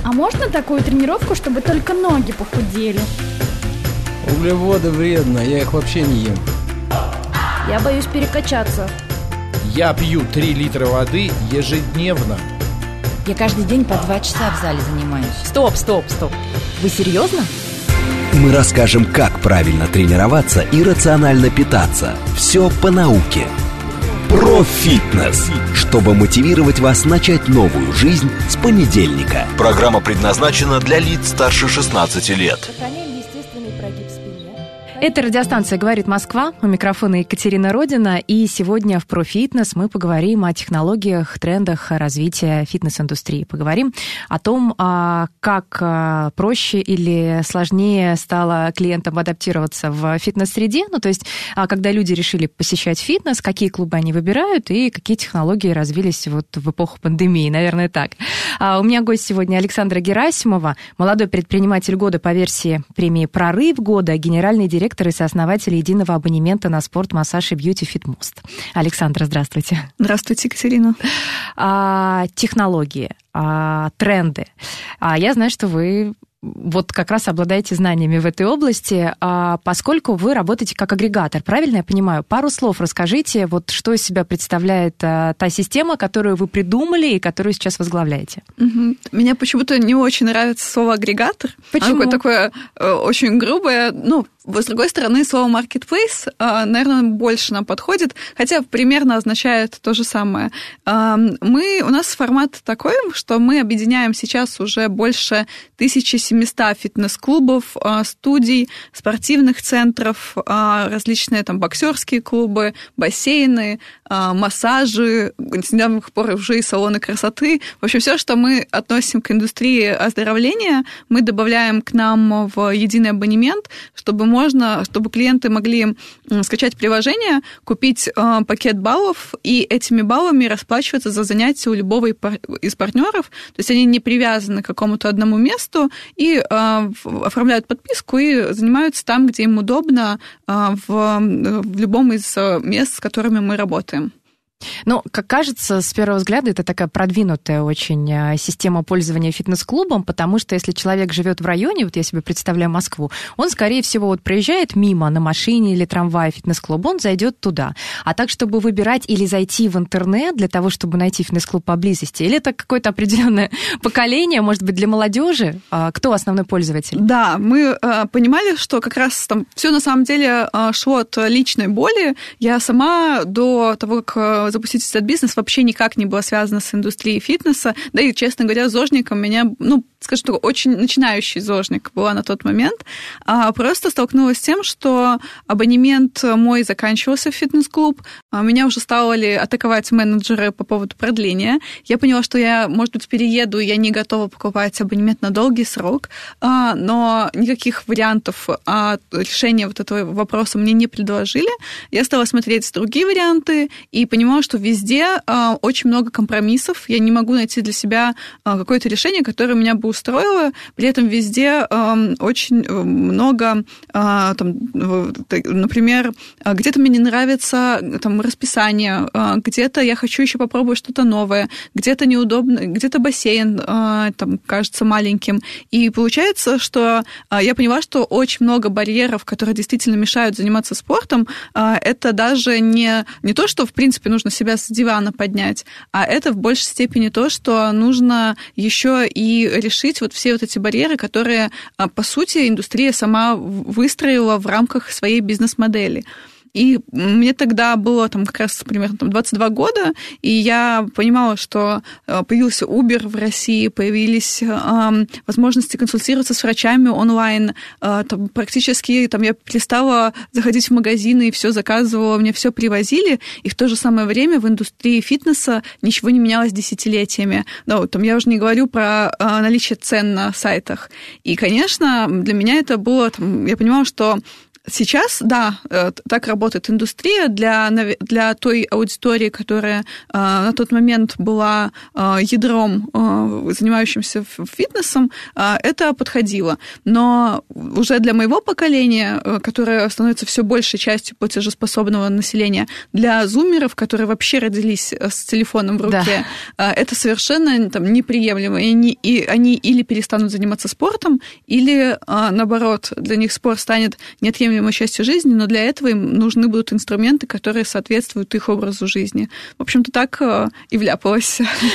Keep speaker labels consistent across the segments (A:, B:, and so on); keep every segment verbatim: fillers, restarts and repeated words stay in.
A: А можно такую тренировку, чтобы только ноги похудели?
B: Углеводы вредно, я их вообще не ем.
C: Я боюсь перекачаться.
D: Я пью три литра воды ежедневно.
E: Я каждый день по два часа в зале занимаюсь.
C: Стоп, стоп, стоп. Вы серьезно?
F: Мы расскажем, как правильно тренироваться и рационально питаться. Все по науке. Про фитнес, чтобы мотивировать вас начать новую жизнь с понедельника. Программа предназначена для лиц старше шестнадцати лет.
C: Сохраняем естественный прогиб спины.
G: Это радиостанция «Говорит Москва». У микрофона Екатерина Родина. И сегодня в «Профитнес» мы поговорим о технологиях, трендах развития фитнес-индустрии. Поговорим о том, как проще или сложнее стало клиентам адаптироваться в фитнес-среде. Ну, то есть, когда люди решили посещать фитнес, какие клубы они выбирают и какие технологии развились вот в эпоху пандемии. Наверное, так. У меня гость сегодня Александра Герасимова, молодой предприниматель года по версии премии «Прорыв года», генеральный директор и сооснователь единого абонемента на спорт, массаж и бьюти «Фитмост». Александра, здравствуйте.
H: Здравствуйте, Екатерина.
G: А, технологии, а, тренды. А, я знаю, что вы вот как раз обладаете знаниями в этой области, а, поскольку вы работаете как агрегатор, правильно я понимаю? Пару слов расскажите, вот что из себя представляет а, та система, которую вы придумали и которую сейчас возглавляете.
H: Угу. Мне почему-то не очень нравится слово «агрегатор».
G: Почему?
H: Оно такое э, очень грубое, ну, с другой стороны, слово «маркетплейс», наверное, больше нам подходит, хотя примерно означает то же самое. Мы, у нас формат такой, что мы объединяем сейчас уже больше тысячи семисот фитнес-клубов, студий, спортивных центров, различные там боксерские клубы, бассейны, массажи, с недавних пор уже и салоны красоты. В общем, все, что мы относим к индустрии оздоровления, мы добавляем к нам в единый абонемент, чтобы можно, чтобы клиенты могли скачать приложение, купить э, пакет баллов и этими баллами расплачиваться за занятия у любого из партнеров. То есть они не привязаны к какому-то одному месту и э, оформляют подписку и занимаются там, где им удобно, э, в, в любом из мест, с которыми мы работаем.
G: Ну, как кажется, с первого взгляда это такая продвинутая очень система пользования фитнес-клубом, потому что если человек живет в районе, вот я себе представляю Москву, он, скорее всего, вот проезжает мимо на машине или трамвае фитнес-клуб, он зайдет туда. А так, чтобы выбирать или зайти в интернет для того, чтобы найти фитнес-клуб поблизости, или это какое-то определенное поколение, может быть, для молодежи? Кто основной пользователь?
H: Да, мы понимали, что как раз там все на самом деле шло от личной боли. Я сама до того, как запустить этот бизнес, вообще никак не была связана с индустрией фитнеса. Да и, честно говоря, зожником меня, ну, скажу так, очень начинающий зожник была на тот момент. А просто столкнулась с тем, что абонемент мой заканчивался в фитнес-клуб. Меня уже стали атаковать менеджеры по поводу продления. Я поняла, что я, может быть, перееду, я не готова покупать абонемент на долгий срок, но никаких вариантов решения вот этого вопроса мне не предложили. Я стала смотреть другие варианты и понимала, что везде очень много компромиссов. Я не могу найти для себя какое-то решение, которое меня бы устроило. При этом везде очень много, там, например, где-то мне не нравится там, расписание, где-то я хочу еще попробовать что-то новое, где-то неудобно, где-то бассейн там, кажется маленьким. И получается, что я поняла, что очень много барьеров, которые действительно мешают заниматься спортом, это даже не, не то, что, в принципе, нужно себя с дивана поднять, а это в большей степени то, что нужно еще и решить вот все вот эти барьеры, которые, по сути, индустрия сама выстроила в рамках своей бизнес-модели. И мне тогда было там, как раз примерно там, двадцать два года, и я понимала, что появился Uber в России, появились э, возможности консультироваться с врачами онлайн. Э, там, практически там, я перестала заходить в магазины и все заказывала, мне все привозили. И в то же самое время в индустрии фитнеса ничего не менялось десятилетиями. Ну, там, я уже не говорю про э, наличие цен на сайтах. И, конечно, для меня это было... Там, я понимала, что Сейчас, да, так работает индустрия для, для той аудитории, которая на тот момент была ядром, занимающимся фитнесом, это подходило. Но уже для моего поколения, которое становится все большей частью платежеспособного населения, для зумеров, которые вообще родились с телефоном в руке, да. это совершенно там, неприемлемо. И они, и они или перестанут заниматься спортом, или, наоборот, для них спорт станет неотъемлемой частью жизни, но для этого им нужны будут инструменты, которые соответствуют их образу жизни. В общем-то, так и вляпалась.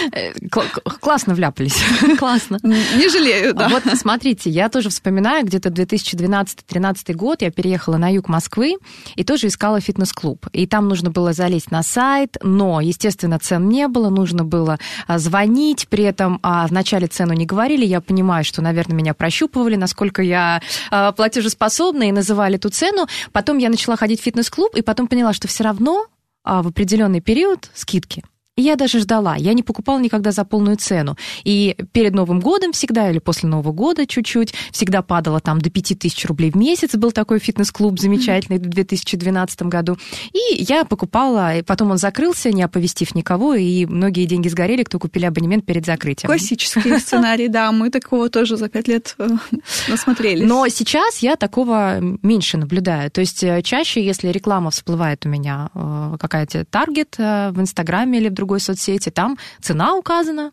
G: Классно вляпались. Классно.
H: Не жалею, да.
G: Вот смотрите, я тоже вспоминаю, где-то две тысячи двенадцатый-тринадцатый год я переехала на юг Москвы и тоже искала фитнес-клуб. И там нужно было залезть на сайт, но, естественно, цен не было, нужно было звонить, при этом а, вначале цену не говорили, я понимаю, что, наверное, меня прощупывали, насколько я а, платежеспособна, и называли ту цену. Потом я начала ходить в фитнес-клуб, и потом поняла, что все равно а, в определенный период скидки. И я даже ждала. Я не покупала никогда за полную цену. И перед Новым годом всегда, или после Нового года чуть-чуть, всегда падала там до пяти тысяч рублей в месяц. Был такой фитнес-клуб замечательный в две тысячи двенадцатом году. И я покупала, и потом он закрылся, не оповестив никого, и многие деньги сгорели, кто купили абонемент перед закрытием.
H: Классический сценарий, да. Мы такого тоже за пять лет насмотрелись.
G: Но сейчас я такого меньше наблюдаю. То есть чаще, если реклама всплывает у меня, какая-то таргет в Инстаграме или в другом другой соцсети, там цена указана,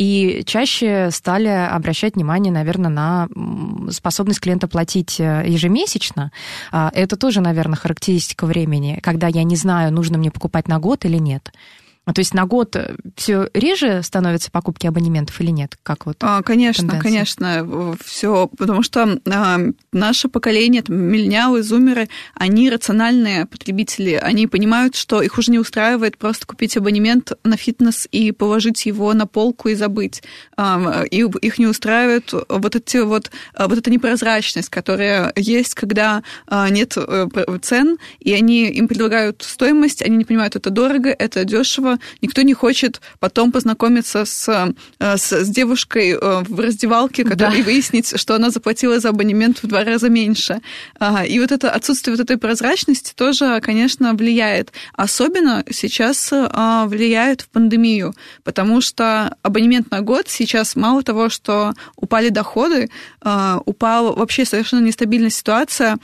G: и чаще стали обращать внимание, наверное, на способность клиента платить ежемесячно. Это тоже, наверное, характеристика времени, когда я не знаю, нужно мне покупать на год или нет. То есть на год все реже становятся покупки абонементов или нет? Как вот
H: конечно,
G: тенденция?
H: Конечно, все, потому что а, наше поколение, там, миллениалы, зумеры, они рациональные потребители, они понимают, что их уже не устраивает просто купить абонемент на фитнес и положить его на полку и забыть. А, и их не устраивает вот, эти вот, вот эта непрозрачность, которая есть, когда нет цен, и они им предлагают стоимость, они не понимают, это дорого, это дешево. Никто не хочет потом познакомиться с, с, с девушкой в раздевалке, которая, да. и выяснить, что она заплатила за абонемент в два раза меньше. И вот это отсутствие вот этой прозрачности тоже, конечно, влияет. Особенно сейчас влияет в пандемию, потому что абонемент на год сейчас мало того, что упали доходы, упала вообще совершенно нестабильная ситуация,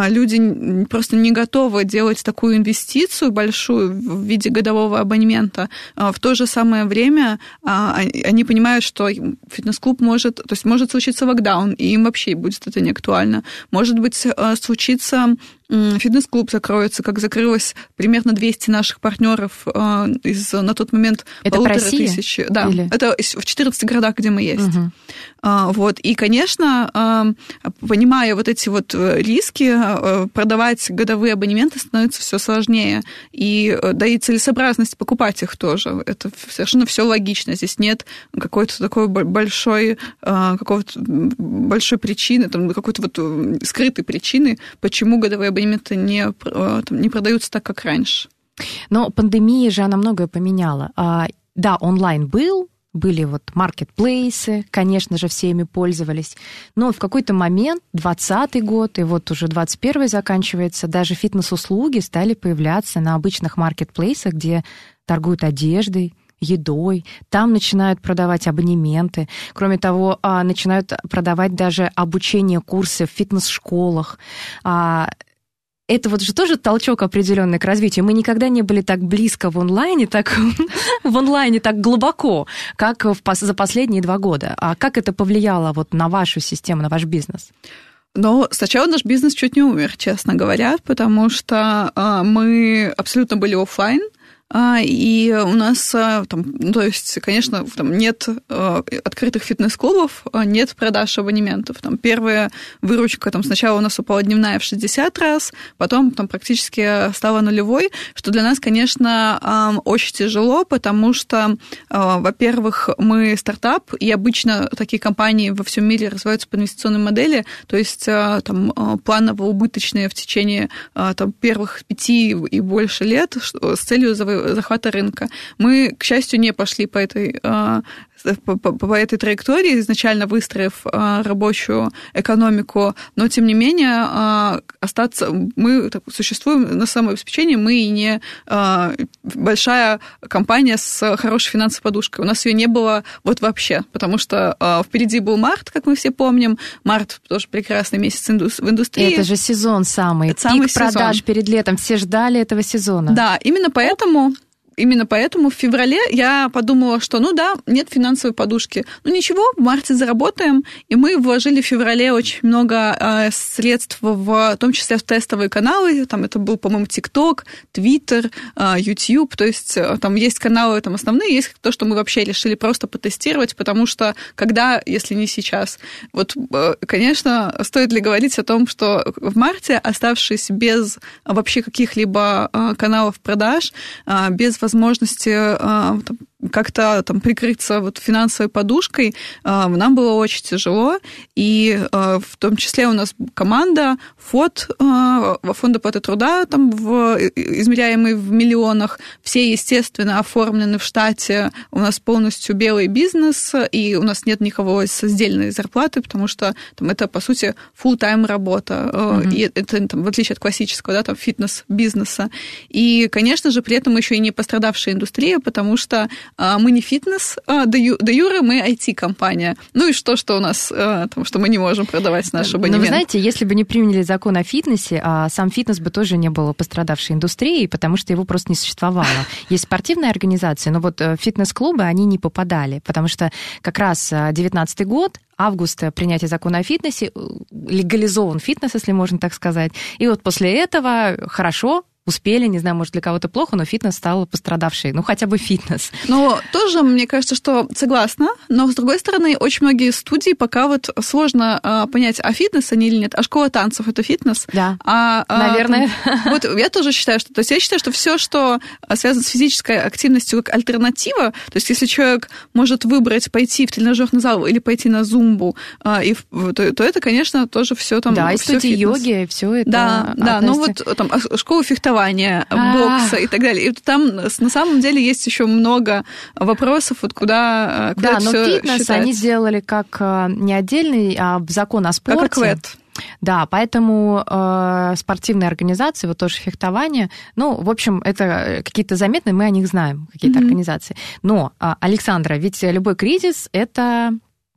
H: люди просто не готовы делать такую инвестицию большую в виде годового абонемента. В то же самое время они понимают, что фитнес-клуб может, то есть может случиться локдаун, и им вообще будет это не актуально. Может быть, случится фитнес-клуб закроется, как закрылось примерно двести наших партнеров из на тот момент
G: это
H: полутора тысяч. Да, или? Это в четырнадцати городах, где мы есть. Угу. Вот. И, конечно, понимая вот эти вот риски, продавать годовые абонементы становится все сложнее. И, да и целесообразность покупать их тоже. Это совершенно все логично. Здесь нет какой-то такой большой, какого-то большой причины, там, какой-то вот скрытой причины, почему годовые абонементы абонементы не, там, не продаются так, как раньше.
G: Но пандемия же, она многое поменяла. Да, онлайн был, были вот маркетплейсы, конечно же, все ими пользовались, но в какой-то момент, двадцатый год, и вот уже двадцать первый заканчивается, даже фитнес-услуги стали появляться на обычных маркетплейсах, где торгуют одеждой, едой, там начинают продавать абонементы. Кроме того, начинают продавать даже обучение, курсы в фитнес-школах. Это вот же тоже толчок определенный к развитию. Мы никогда не были так близко в онлайне, так в онлайне так глубоко, как в, за последние два года. А как это повлияло вот на вашу систему, на ваш бизнес?
H: Но сначала наш бизнес чуть не умер, честно говоря, потому что мы абсолютно были офлайн. И у нас, там, то есть, конечно, там нет открытых фитнес-клубов, нет продаж абонементов. Там первая выручка там, сначала у нас упала дневная в шестьдесят раз, потом там, практически стала нулевой, что для нас, конечно, очень тяжело, потому что, во-первых, мы стартап, и обычно такие компании во всем мире развиваются по инвестиционной модели, то есть там, планово-убыточные в течение там, первых пяти и больше лет с целью завоевания захвата рынка. Мы, к счастью, не пошли по этой по, по, по этой траектории, изначально выстроив а, рабочую экономику, но, тем не менее, а, остаться... Мы так, существуем на самообеспечении, мы и не а, большая компания с хорошей финансовой подушкой. У нас ее не было вот вообще, потому что а, впереди был март, как мы все помним. Март тоже прекрасный месяц в индустрии.
G: Это же сезон самый.
H: Это самый
G: пик
H: сезон.
G: Продаж перед летом. Все ждали этого сезона.
H: Да, именно поэтому... Именно поэтому в феврале я подумала, что, ну да, нет финансовой подушки. Ну ничего, в марте заработаем. И мы вложили в феврале очень много э, средств, в, в том числе в тестовые каналы. Там это был, по-моему, TikTok, Twitter, э, YouTube. То есть э, там есть каналы там, основные, есть то, что мы вообще решили просто потестировать, потому что когда, если не сейчас. Вот, э, конечно, стоит ли говорить о том, что в марте, оставшись без вообще каких-либо э, каналов продаж, э, без возможности возможности а, там, как-то там прикрыться вот финансовой подушкой, а, нам было очень тяжело, и а, в том числе у нас команда ФОД, а, фонд оплаты труда, там, в, измеряемый в миллионах, все, естественно, оформлены в штате, у нас полностью белый бизнес, и у нас нет никого с сдельной зарплаты, потому что там, это, по сути, фулл-тайм работа, mm-hmm. и это там, в отличие от классического, да, там, фитнес-бизнеса. И, конечно же, при этом еще и не пострадавшая индустрия, потому что а, мы не фитнес, а, де юре мы ай ти-компания. Ну и что, что у нас, а, там, что мы не можем продавать наш абонемент.
G: Но вы знаете, если бы не приняли закон о фитнесе, а сам фитнес бы тоже не был пострадавшей индустрией, потому что его просто не существовало. Есть спортивные организации, но вот фитнес-клубы, они не попадали, потому что как раз девятнадцатый год, август принятия закона о фитнесе, легализован фитнес, если можно так сказать. И вот после этого хорошо, успели, не знаю, может, для кого-то плохо, но фитнес стал пострадавшей. Ну, хотя бы фитнес.
H: Ну, тоже, мне кажется, что согласна, но, с другой стороны, очень многие студии пока вот сложно а, понять, а фитнес они или нет. А школа танцев – это фитнес?
G: Да,
H: а,
G: наверное.
H: А, вот я тоже считаю, что... То есть я считаю, что все, что связано с физической активностью как альтернатива, то есть если человек может выбрать пойти в тренажерный зал или пойти на зумбу, а, и, то, то это, конечно, тоже все там...
G: Да, и студии йоги, все это...
H: Да, да, ну вот там школа фехтования, бокса и так далее. И там на самом деле есть еще много вопросов, вот куда, куда
G: да, но фитнес
H: считается.
G: Они сделали как не отдельный, а закон о спорте.
H: Как КВЭД.
G: Да, поэтому э, спортивные организации, вот тоже фехтование, ну, в общем, это какие-то заметные, мы о них знаем, какие-то mm-hmm. организации. Но, Александра, ведь любой кризис – это...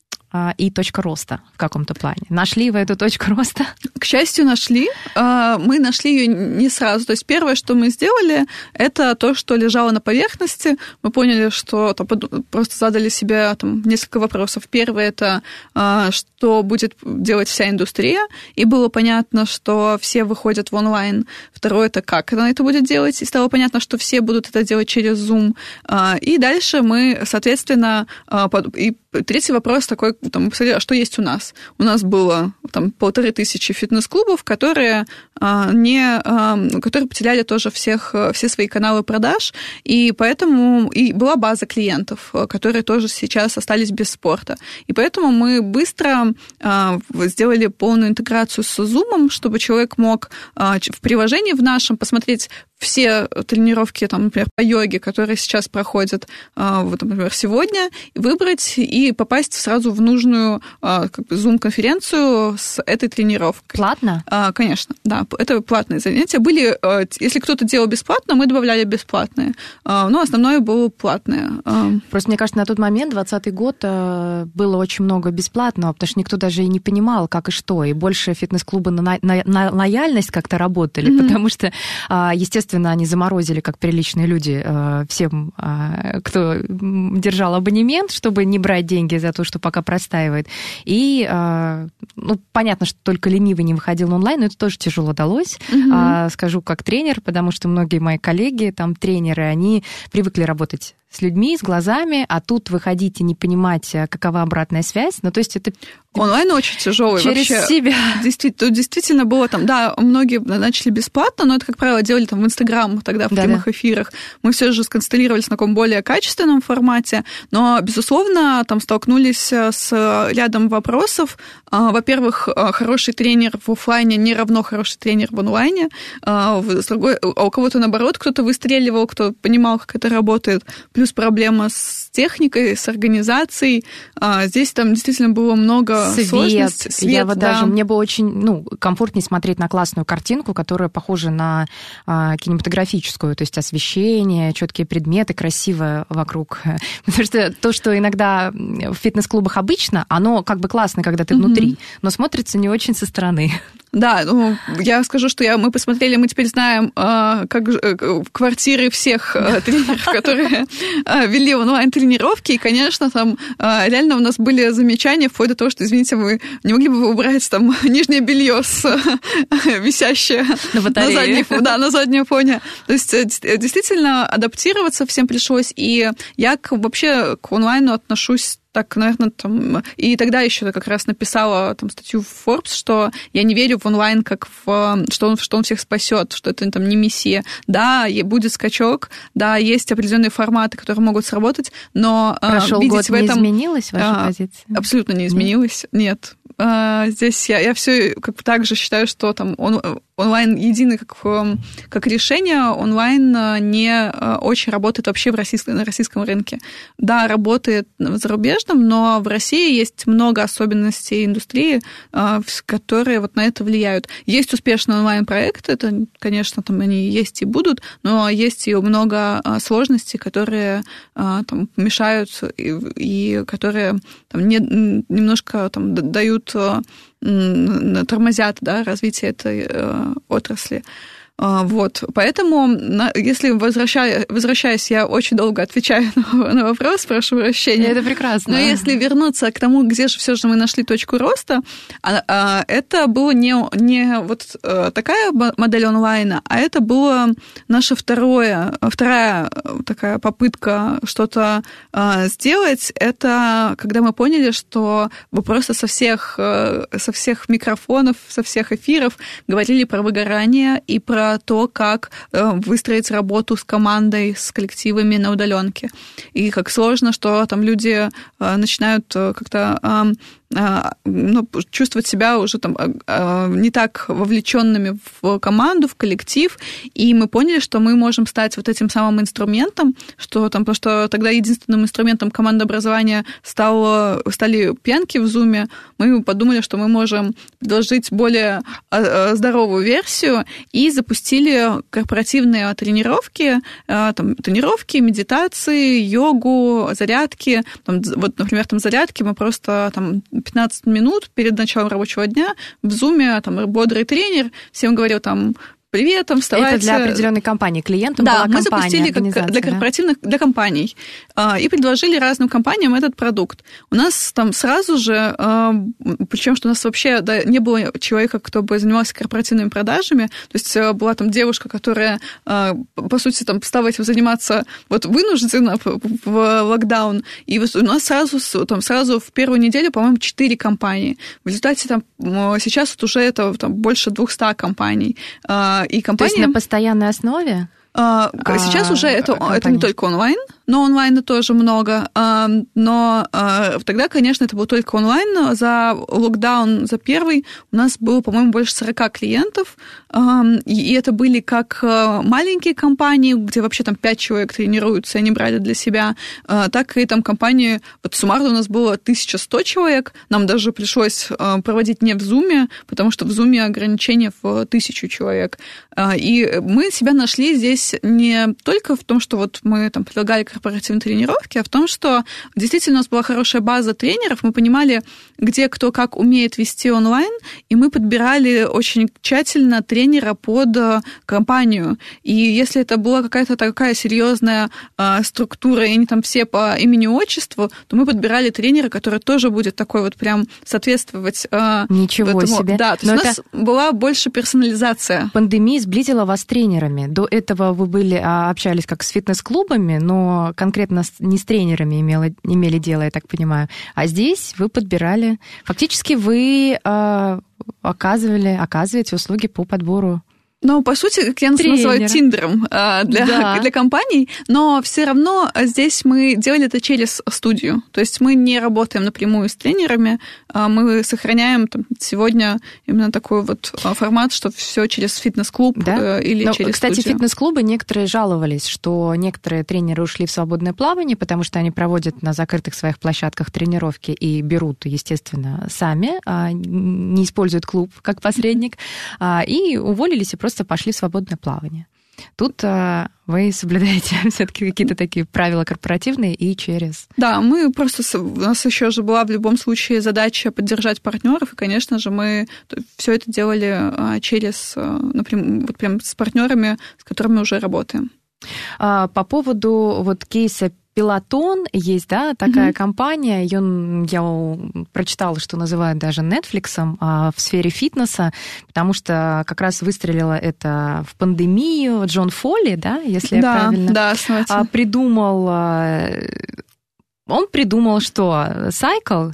G: и точка роста в каком-то плане. Нашли вы эту точку роста?
H: К счастью, нашли. Мы нашли ее не сразу. То есть первое, что мы сделали, это то, что лежало на поверхности. Мы поняли, что там, просто задали себе там, несколько вопросов. Первое – это что будет делать вся индустрия. И было понятно, что все выходят в онлайн. Второе – это как она это будет делать. И стало понятно, что все будут это делать через Zoom. И дальше мы, соответственно, и третий вопрос такой, там, посмотрели, а что есть у нас? У нас было там, полторы тысячи фитнес-клубов, которые, а, не, а, которые потеряли тоже всех, все свои каналы продаж, и поэтому и была база клиентов, которые тоже сейчас остались без спорта. И поэтому мы быстро а, сделали полную интеграцию с Zoom, чтобы человек мог а, в приложении в нашем посмотреть все тренировки, там, например, по йоге, которые сейчас проходят, вот, например, сегодня, выбрать и попасть сразу в нужную как бы, Zoom-конференцию с этой тренировкой.
G: Платно?
H: Конечно, да. Это платные занятия. Были, если кто-то делал бесплатно, мы добавляли бесплатные. Но основное было платное.
G: Просто, мне кажется, на тот момент, двадцатый год, было очень много бесплатного, потому что никто даже и не понимал, как и что. И больше фитнес-клубы на, на, на лояльность как-то работали, mm-hmm. потому что, естественно, они заморозили, как приличные люди, всем, кто держал абонемент, чтобы не брать деньги за то, что пока простаивает. И, ну, понятно, что только ленивый не выходил онлайн, но это тоже тяжело далось. Mm-hmm. Скажу как тренер, потому что многие мои коллеги, там, тренеры, они привыкли работать с людьми, с глазами, а тут выходить и не понимать, какова обратная связь. Ну, то есть это...
H: Онлайн очень тяжелый.
G: Через
H: вообще.
G: себя.
H: Действительно, действительно было там, да, многие начали бесплатно, но это, как правило, делали там в Инстаграм тогда, в да, прямых да. эфирах. Мы все же сконстеллировались на таком более качественном формате, но, безусловно, там столкнулись с рядом вопросов. Во-первых, хороший тренер в офлайне не равно хороший тренер в онлайне. А у кого-то, наоборот, кто-то выстреливал, кто понимал, как это работает. Плюс проблема с техникой, с организацией. Здесь там действительно было много
G: Свет.
H: сложностей. Свет,
G: Я вот
H: да.
G: даже, мне было очень ну, комфортнее смотреть на классную картинку, которая похожа на а, кинематографическую, то есть освещение, четкие предметы, красиво вокруг. Потому что то, что иногда в фитнес-клубах обычно, оно как бы классно, когда ты внутри, mm-hmm. но смотрится не очень со стороны.
H: Да, ну, я скажу, что я, мы посмотрели, мы теперь знаем, э, как э, квартиры всех э, тренеров, которые э, вели онлайн-тренировки, и, конечно, там э, реально у нас были замечания вплоть до того, что, извините, вы не могли бы вы убрать там нижнее белье с э, висящее на, на, задней, да, на заднем фоне. То есть действительно адаптироваться всем пришлось, и я к, вообще к онлайну отношусь так, наверное, там... И тогда еще как раз написала там статью в Forbes, что я не верю в онлайн, как в... что он, что он всех спасет, что это там не мессия. Да, будет скачок, да, есть определенные форматы, которые могут сработать, но
G: Прошел
H: видеть
G: год,
H: в этом...
G: не изменилась ваша
H: а,
G: позиция?
H: Абсолютно не изменилась, нет. А, здесь я, я все как бы так же считаю, что там он, онлайн единый как, как решение, онлайн не очень работает вообще в российском, на российском рынке. Да, работает в зарубежном, но в России есть много особенностей индустрии, которые вот на это влияют. Есть успешные онлайн-проекты, это, конечно, там они есть и будут, но есть и много сложностей, которые там мешают и, и которые там, не, немножко там, дают, тормозят, да, развитие этой отрасли. Вот, поэтому, если возвращаясь, возвращаясь, я очень долго отвечаю на, на вопрос, прошу прощения.
G: Это прекрасно.
H: Но если вернуться к тому, где же все же мы нашли точку роста, это было не, не вот такая модель онлайна, а это была наша второе, вторая такая попытка что-то сделать. Это когда мы поняли, что вы просто со всех, со всех микрофонов, со всех эфиров говорили про выгорание и про то, как выстроить работу с командой, с коллективами на удаленке. И как сложно, что там люди начинают как-то ну, чувствовать себя уже там не так вовлеченными в команду, в коллектив, и мы поняли, что мы можем стать вот этим самым инструментом, что там, потому что тогда единственным инструментом командообразования стало, стали пьянки в Zoom, мы подумали, что мы можем предложить более здоровую версию, и запустили корпоративные тренировки, там, тренировки, медитации, йогу, зарядки. Там, вот, например, там зарядки мы просто там пятнадцать минут перед началом рабочего дня в Zoom, там, бодрый тренер всем говорил там: привет, там, вставайте.
G: Это для определенной компании, клиентам
H: да,
G: была
H: мы
G: компания,
H: запустили как для корпоративных, да? для компаний, и предложили разным компаниям этот продукт. У нас там сразу же, причем что у нас вообще да, не было человека, кто бы занимался корпоративными продажами, то есть была там девушка, которая, по сути, там, стала этим заниматься вот вынужденно в локдаун, и у нас сразу, там, сразу в первую неделю, по-моему, четыре компании. В результате там сейчас вот уже это там, больше двухсот компаний. И компания...
G: То есть на постоянной основе?
H: Сейчас а, уже это, это не только онлайн, но онлайна тоже много. Но тогда, конечно, это был только онлайн. За локдаун, за первый, у нас было, по-моему, больше сорока клиентов. И это были как маленькие компании, где вообще там пять человек тренируются, и они брали для себя, так и там компании, вот суммарно у нас было тысяча сто человек. Нам даже пришлось проводить не в Zoom, потому что в Zoom ограничение в тысячу человек. И мы себя нашли здесь не только в том, что вот мы там предлагали корпоративные тренировки, а в том, что действительно у нас была хорошая база тренеров, мы понимали, где кто как умеет вести онлайн, и мы подбирали очень тщательно тренера под компанию. И если это была какая-то такая серьезная структура, и они там все по имени-отчеству, то мы подбирали тренера, который тоже будет такой вот прям соответствовать
G: Ничего
H: этому.
G: себе.
H: Да, то есть у нас была больше персонализация.
G: Пандемия сблизила вас с тренерами. До этого вы были, общались как с фитнес-клубами, но конкретно не с тренерами имели, имели дело, я так понимаю. А здесь вы подбирали... Фактически вы э, оказывали, оказываете услуги по подбору
H: Ну, по сути, как я называю, тиндером э, для, да. для компаний, но все равно здесь мы делали это через студию. То есть мы не работаем напрямую с тренерами, э, мы сохраняем там, сегодня именно такой вот формат, что все через фитнес-клуб
G: да?
H: э, или
G: но,
H: через
G: кстати,
H: студию.
G: фитнес-клубы некоторые жаловались, что некоторые тренеры ушли в свободное плавание, потому что они проводят на закрытых своих площадках тренировки и берут, естественно, сами, а не используют клуб как посредник, а, и уволились и просто пошли в свободное плавание. Тут а, вы соблюдаете все-таки какие-то такие правила корпоративные и через...
H: Да, мы просто... У нас еще же была в любом случае задача поддержать партнеров, и, конечно же, мы все это делали через, например, вот прям с партнерами, с которыми уже работаем.
G: А, по поводу вот кейса Peloton есть, да, такая mm-hmm. компания, ее я прочитала, что называют даже Netflixом а, в сфере фитнеса, потому что как раз выстрелило это в пандемию. Джон Фолли, да, если
H: да,
G: я правильно
H: да,
G: а, придумал... Он придумал что? Сайкл.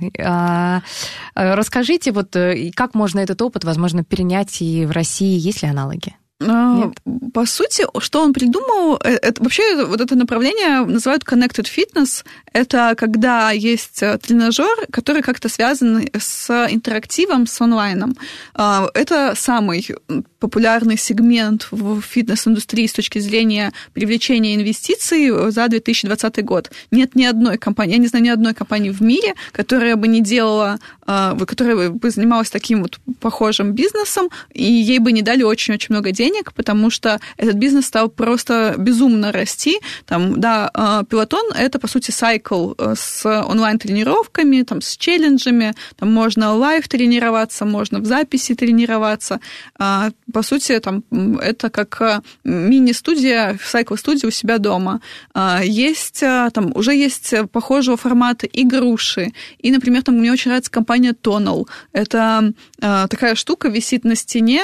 G: Расскажите, вот как можно этот опыт, возможно, перенять и в России, есть ли аналоги?
H: Нет. По сути, что он придумал, это, вообще вот это направление называют connected fitness. Это когда есть тренажер, который как-то связан с интерактивом, с онлайном. Это самый популярный сегмент в фитнес-индустрии с точки зрения привлечения инвестиций за две тысячи двадцатый год. Нет ни одной компании, я не знаю ни одной компании в мире, которая бы не делала, которая бы занималась таким вот похожим бизнесом, и ей бы не дали очень-очень много денег, потому что этот бизнес стал просто безумно расти. Там, да, Peloton — это, по сути, сайкл с онлайн-тренировками, там, с челленджами, там можно лайв тренироваться, можно в записи тренироваться. По сути, там, это как мини-студия, сайкл-студия у себя дома. Есть, там, уже есть похожего формата игруши. И, например, там мне очень нравится компания Tonal. Это такая штука, висит на стене,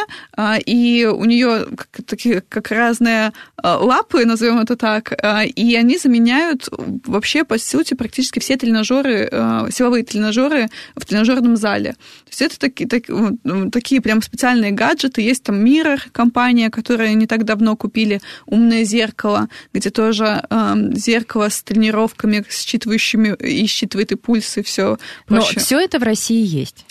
H: и у нее как, такие, как разные лапы, назовем это так, и они заменяют вообще, по сути, практически все тренажеры, силовые тренажеры в тренажерном зале. То есть это такие, так, такие прям специальные гаджеты. Есть там Mirror, компания, которая не так давно купили умное зеркало, где тоже зеркало с тренировками, считывающими, и считывает и пульс, и все прочее.
G: Но все это в России есть.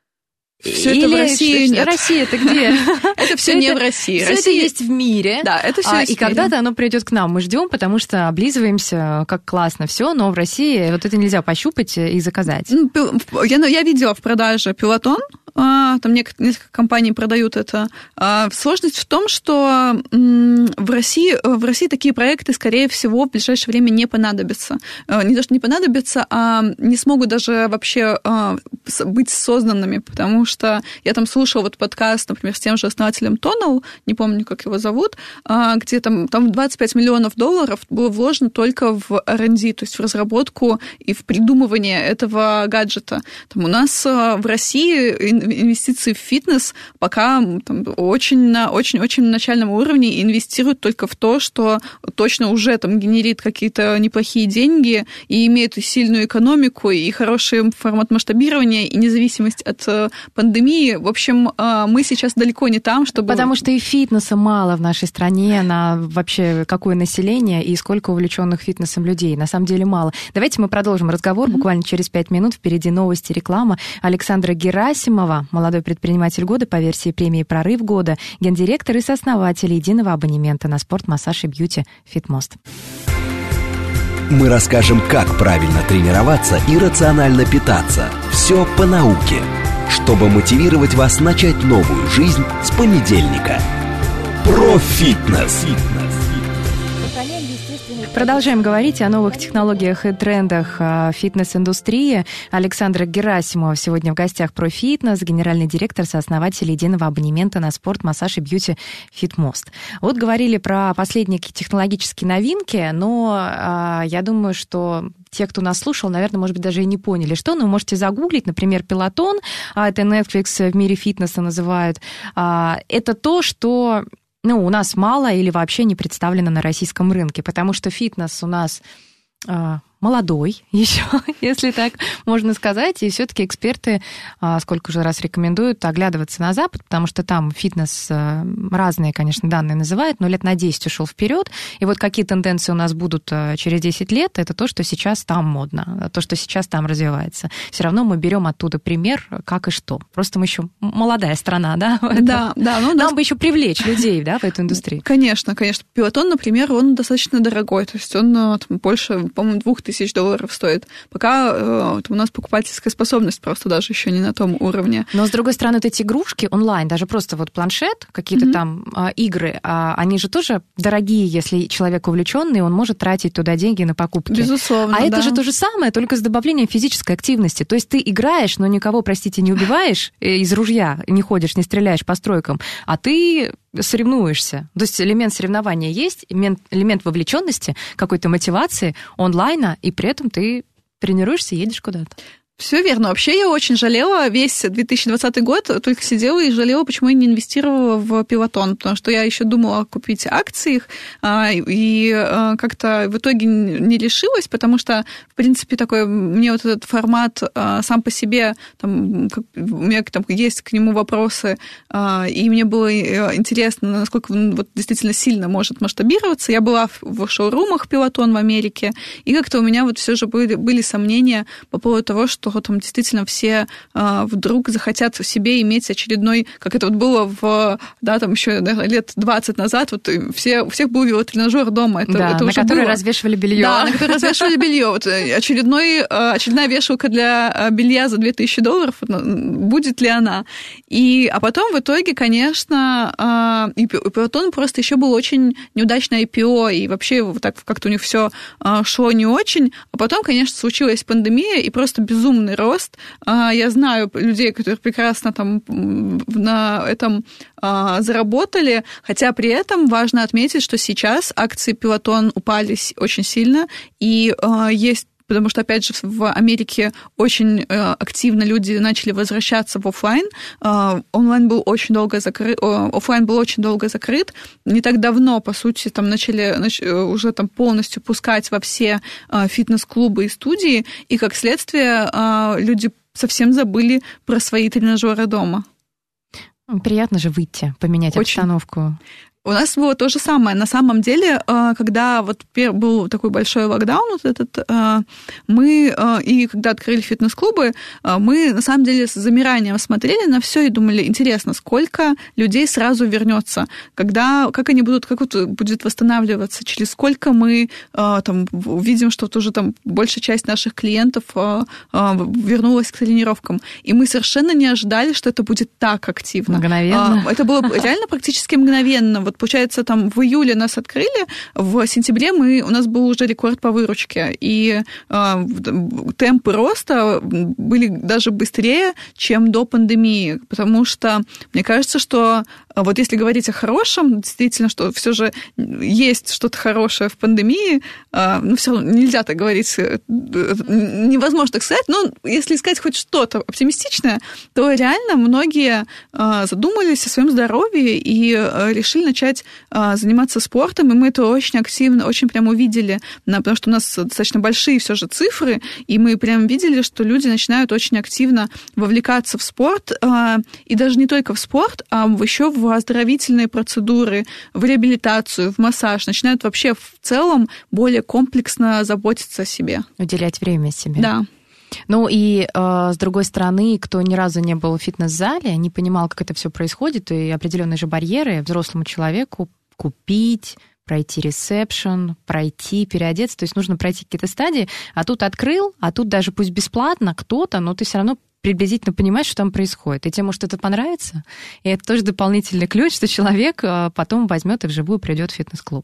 H: Все
G: Или
H: это в России нет.
G: Россия это где?
H: Это все не в России.
G: Все это есть в мире.
H: Да, это все есть в
G: мире. И когда-то оно придет к нам. Мы ждем, потому что облизываемся, как классно все, но в России вот это нельзя пощупать и заказать.
H: Я, я видела в продаже Peloton. Там несколько компаний продают это. Сложность в том, что в России, в России такие проекты, скорее всего, в ближайшее время не понадобятся. Не то, что не понадобятся, а не смогут даже вообще быть созданными, потому что я там слушала вот подкаст, например, с тем же основателем Tonal, не помню, как его зовут, где там, там двадцать пять миллионов долларов было вложено только в ар энд ди, то есть в разработку и в придумывание этого гаджета. Там у нас в России инвестиции в фитнес пока там, очень на очень-очень начальном уровне и инвестируют только в то, что точно уже там генерит какие-то неплохие деньги и имеет и сильную экономику, и хороший формат масштабирования, и независимость от пандемии. В общем, мы сейчас далеко не там, чтобы...
G: Потому что и фитнеса мало в нашей стране, на вообще какое население и сколько увлеченных фитнесом людей. На самом деле мало. Давайте мы продолжим разговор mm-hmm. буквально через пять минут. Впереди новости, реклама. Александра Герасимова, молодой предприниматель года по версии премии «Прорыв года», гендиректор и сооснователь единого абонемента на спорт, массаж и бьюти «Фитмост».
F: Мы расскажем, как правильно тренироваться и рационально питаться. Все по науке, чтобы мотивировать вас начать новую жизнь с понедельника. Про-фитнес.
G: Продолжаем говорить о новых технологиях и трендах фитнес-индустрии. Александра Герасимова сегодня в гостях про фитнес, генеральный директор, сооснователь единого абонемента на спорт, массаж и бьюти «Фитмост». Вот говорили про последние технологические новинки, но а, я думаю, что те, кто нас слушал, наверное, может быть, даже и не поняли, что. Но вы можете загуглить, например, Peloton, а это Netflix в мире фитнеса называют. А, это то, что... Ну, у нас мало или вообще не представлено на российском рынке, потому что фитнес у нас, молодой еще, если так можно сказать, и все-таки эксперты сколько же раз рекомендуют оглядываться на Запад, потому что там фитнес разные, конечно, данные называют, но лет на десять ушел вперед, и вот какие тенденции у нас будут через десять лет, это то, что сейчас там модно, то, что сейчас там развивается. Все равно мы берем оттуда пример, как и что. Просто мы еще молодая страна, да?
H: Да, да. Ну,
G: нам
H: нас...
G: бы еще привлечь людей, да, в эту индустрию.
H: Конечно, конечно. Пелотон, например, он достаточно дорогой, то есть он там, больше, по-моему, двух тысяч долларов стоит. Пока э, у нас покупательская способность просто даже еще не на том уровне.
G: Но, с другой стороны, вот эти игрушки онлайн, даже просто вот планшет, какие-то mm-hmm. там э, игры, э, они же тоже дорогие, если человек увлеченный, он может тратить туда деньги на покупки.
H: Безусловно,
G: А
H: да.
G: это же то же самое, только с добавлением физической активности. То есть ты играешь, но никого, простите, не убиваешь из ружья, не ходишь, не стреляешь по стройкам, а ты соревнуешься. То есть элемент соревнования есть, элемент, элемент вовлеченности, какой-то мотивации онлайна, и при этом ты тренируешься и едешь куда-то.
H: Все верно. Вообще я очень жалела весь две тысячи двадцатый год, только сидела и жалела, почему я не инвестировала в Пелотон, потому что я еще думала купить акции их, и как-то в итоге не решилась, потому что, в принципе, такой, мне вот этот формат сам по себе, там, у меня там есть к нему вопросы, и мне было интересно, насколько он вот действительно сильно может масштабироваться. Я была в шоурумах Пелотон в Америке, и как-то у меня вот все же были, были сомнения по поводу того, что там действительно все а, вдруг захотят в себе иметь очередной, как это вот было в, да, там еще лет двадцать назад, вот все, у всех был велотренажер дома. Это,
G: да,
H: это
G: на
H: уже
G: который
H: было.
G: развешивали белье.
H: Да, на который развешивали белье. Вот очередной, очередная вешалка для белья за две тысячи долларов, будет ли она? И, а потом в итоге, конечно, и Пелотон просто еще был очень неудачное ай пи о, и вообще вот так как-то у них все шло не очень. А потом, конечно, случилась пандемия, и просто безумно рост. Я знаю людей, которые прекрасно там на этом заработали, хотя при этом важно отметить, что сейчас акции Пелотон упали очень сильно, и есть потому что, опять же, в Америке очень активно люди начали возвращаться в офлайн. Онлайн был очень долго закрыт, офлайн был очень долго закрыт. Не так давно, по сути, там начали уже там полностью пускать во все фитнес-клубы и студии, и, как следствие, люди совсем забыли про свои тренажеры дома.
G: Приятно же выйти, поменять очень. Обстановку.
H: У нас было то же самое. На самом деле, когда вот был такой большой локдаун вот этот, мы, и когда открыли фитнес-клубы, мы на самом деле с замиранием смотрели на все и думали, интересно, сколько людей сразу вернется, когда, как они будут, как вот будет восстанавливаться, через сколько мы там увидим, что тоже там большая часть наших клиентов вернулась к тренировкам. И мы совершенно не ожидали, что это будет так активно.
G: Мгновенно.
H: Это было реально практически мгновенно. Вот, получается, там в июле нас открыли, в сентябре мы, у нас был уже рекорд по выручке, и э, темпы роста были даже быстрее, чем до пандемии, потому что мне кажется, что вот если говорить о хорошем, действительно, что все же есть что-то хорошее в пандемии, э, ну, все равно нельзя так говорить, невозможно так сказать, но если искать хоть что-то оптимистичное, то реально многие э, задумались о своем здоровье и э, решили начать заниматься спортом, и мы это очень активно, очень прям увидели, потому что у нас достаточно большие все же цифры, и мы прям видели, что люди начинают очень активно вовлекаться в спорт, и даже не только в спорт, а еще в оздоровительные процедуры, в реабилитацию, в массаж, начинают вообще в целом более комплексно заботиться о себе.
G: Уделять время себе.
H: Да.
G: Ну и, э, с другой стороны, кто ни разу не был в фитнес-зале, не понимал, как это все происходит, и определенные же барьеры взрослому человеку купить, пройти ресепшн, пройти, переодеться, то есть нужно пройти какие-то стадии, а тут открыл, а тут даже пусть бесплатно кто-то, но ты все равно приблизительно понимаешь, что там происходит. И тебе, может, это понравится, и это тоже дополнительный ключ, что человек потом возьмет и вживую придет в фитнес-клуб.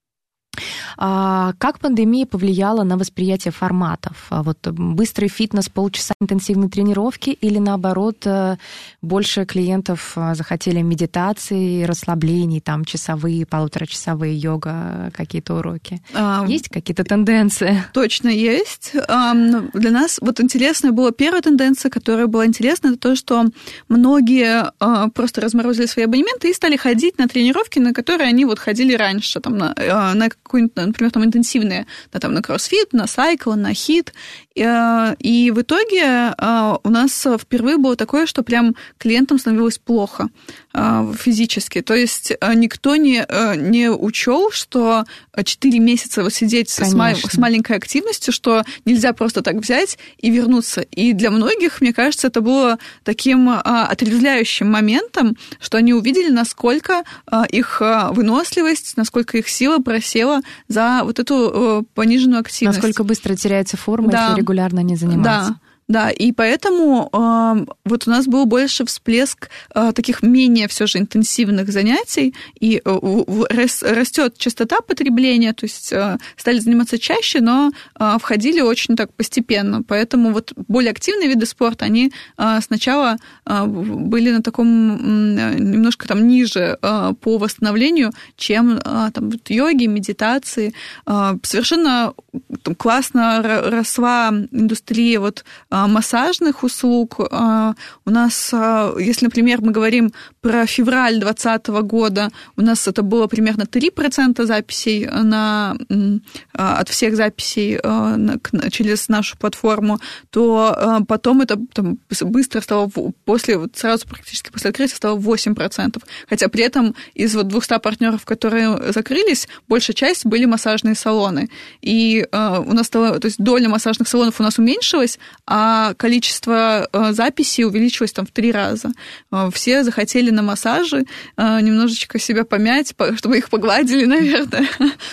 G: Как пандемия повлияла на восприятие форматов? Вот быстрый фитнес, полчаса интенсивной тренировки или, наоборот, больше клиентов захотели медитации, расслаблений, там, часовые, полуторачасовые йога, какие-то уроки? А, есть какие-то тенденции?
H: Точно есть. Для нас вот интересная была первая тенденция, которая была интересна, это то, что многие просто разморозили свои абонементы и стали ходить на тренировки, на которые они вот ходили раньше, там, на, на какой-нибудь, например, там интенсивные, да, там на кроссфит, на сайкл, на хит. И, и в итоге у нас впервые было такое, что прям клиентам становилось плохо физически. То есть никто не, не учел, что четыре месяца вот сидеть с, с маленькой активностью, что нельзя просто так взять и вернуться. И для многих, мне кажется, это было таким отрезвляющим моментом, что они увидели, насколько их выносливость, насколько их сила просела за вот эту пониженную активность.
G: Насколько быстро теряется форма, да. если регулярно не заниматься.
H: Да. Да, и поэтому э, вот у нас был больше всплеск э, таких менее все же интенсивных занятий, и э, рас, растет частота потребления, то есть э, стали заниматься чаще, но э, входили очень так постепенно. Поэтому вот более активные виды спорта, они э, сначала э, были на таком э, немножко там ниже э, по восстановлению, чем э, там, вот, йоги, медитации. Э, совершенно там, классно росла индустрия вот, массажных услуг. У нас, если, например, мы говорим про февраль двадцатого года, у нас это было примерно три процента записей на, от всех записей через нашу платформу, то потом это там, быстро стало, после, вот сразу практически после открытия стало восемь процентов. Хотя при этом из вот двухсот партнеров, которые закрылись, большая часть были массажные салоны. И у нас стало, то есть доля массажных салонов у нас уменьшилась, а количество записей увеличилось там в три раза. Все захотели на массажи немножечко себя помять, чтобы их погладили, наверное.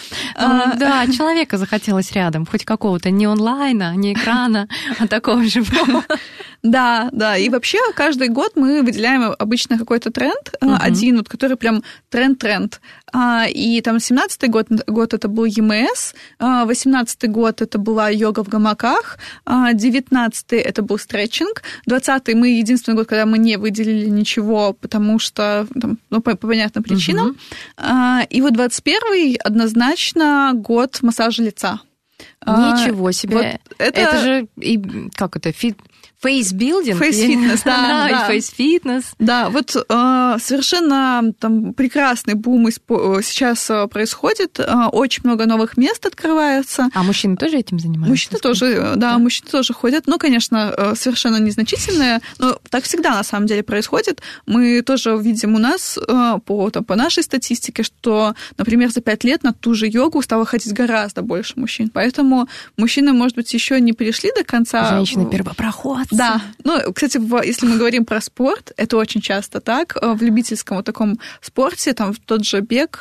G: Да, человека захотелось рядом, хоть какого-то не онлайна, не экрана, а такого живого.
H: Да, да. И вообще каждый год мы выделяем обычно какой-то тренд, uh-huh. один, вот, который прям тренд-тренд. И там семнадцатый год, год это был и эм эс, восемнадцатый год это была йога в гамаках, девятнадцатый это был стретчинг, двадцатый мы единственный год, когда мы не выделили ничего, потому что там, ну, по, по понятным причинам. Uh-huh. И вот двадцать первый однозначно год массажа лица.
G: Ничего себе. Вот это... это же, и, как это, фит... Фейс-билдинг?
H: Фейс-фитнес, да.
G: да. Фейс-фитнес.
H: Да, вот э, совершенно там прекрасный бум сейчас происходит, э, очень много новых мест открывается.
G: А мужчины тоже этим занимаются?
H: Мужчины тоже, да, да, мужчины тоже ходят, ну, конечно, совершенно незначительные, но так всегда на самом деле происходит. Мы тоже видим у нас э, по, там, по нашей статистике, что, например, за пять лет на ту же йогу стало ходить гораздо больше мужчин, поэтому мужчины, может быть, еще не пришли до конца.
G: Женщины-первопроходцы.
H: Да, ну, кстати, если мы говорим про спорт, это очень часто так. В любительском вот таком спорте, там тот же бег,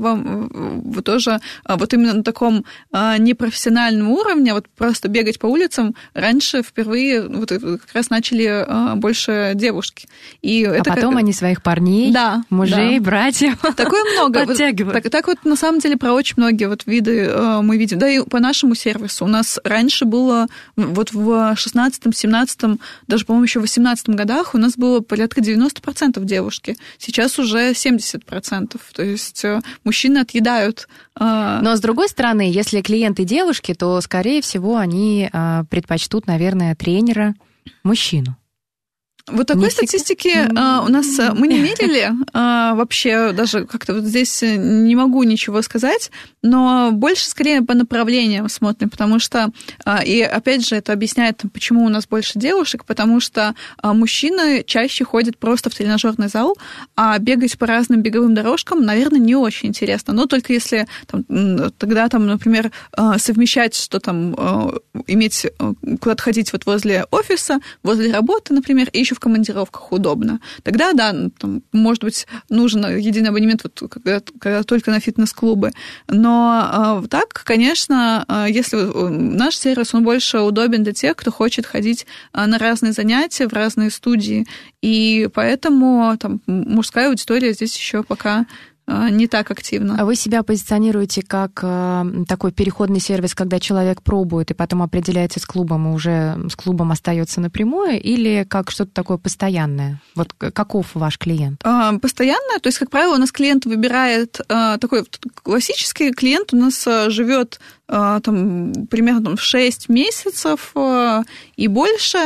H: вот тоже вот именно на таком непрофессиональном уровне, вот просто бегать по улицам, раньше впервые вот как раз начали больше девушки. И
G: а
H: это
G: потом
H: как...
G: они своих парней,
H: да,
G: мужей,
H: да.
G: братьев
H: такое много.
G: подтягивают.
H: Так, так вот, на самом деле, про очень многие вот виды мы видим. Да, и по нашему сервису у нас раньше было вот в шестнадцатом-семнадцатом, даже, по-моему, еще в восемнадцатом годах у нас было порядка девяносто процентов девушки. Сейчас уже семьдесят процентов. То есть мужчины отъедают.
G: Но, с другой стороны, если клиенты девушки, то, скорее всего, они предпочтут, наверное, тренера мужчину.
H: Вот такой статистики а, у нас мы не мерили. А, вообще даже как-то вот здесь не могу ничего сказать, но больше скорее по направлениям смотрим, потому что, а, и опять же это объясняет, почему у нас больше девушек, потому что а, мужчины чаще ходят просто в тренажерный зал, а бегать по разным беговым дорожкам, наверное, не очень интересно. Но только если там, тогда, там, например, совмещать, что там, иметь куда-то ходить вот возле офиса, возле работы, например, и еще в командировках удобно. Тогда, да, там, может быть, нужен единый абонемент, вот, когда, когда только на фитнес-клубы. Но э, так, конечно, э, если наш сервис, он больше удобен для тех, кто хочет ходить э, на разные занятия, в разные студии. И поэтому там, мужская аудитория здесь еще пока не так активно.
G: А вы себя позиционируете как э, такой переходный сервис, когда человек пробует и потом определяется с клубом и уже с клубом остается напрямую, или как что-то такое постоянное? Вот каков ваш клиент?
H: Постоянное, то есть, как правило, у нас клиент выбирает э, такой классический клиент, у нас живет там, примерно шесть месяцев и больше,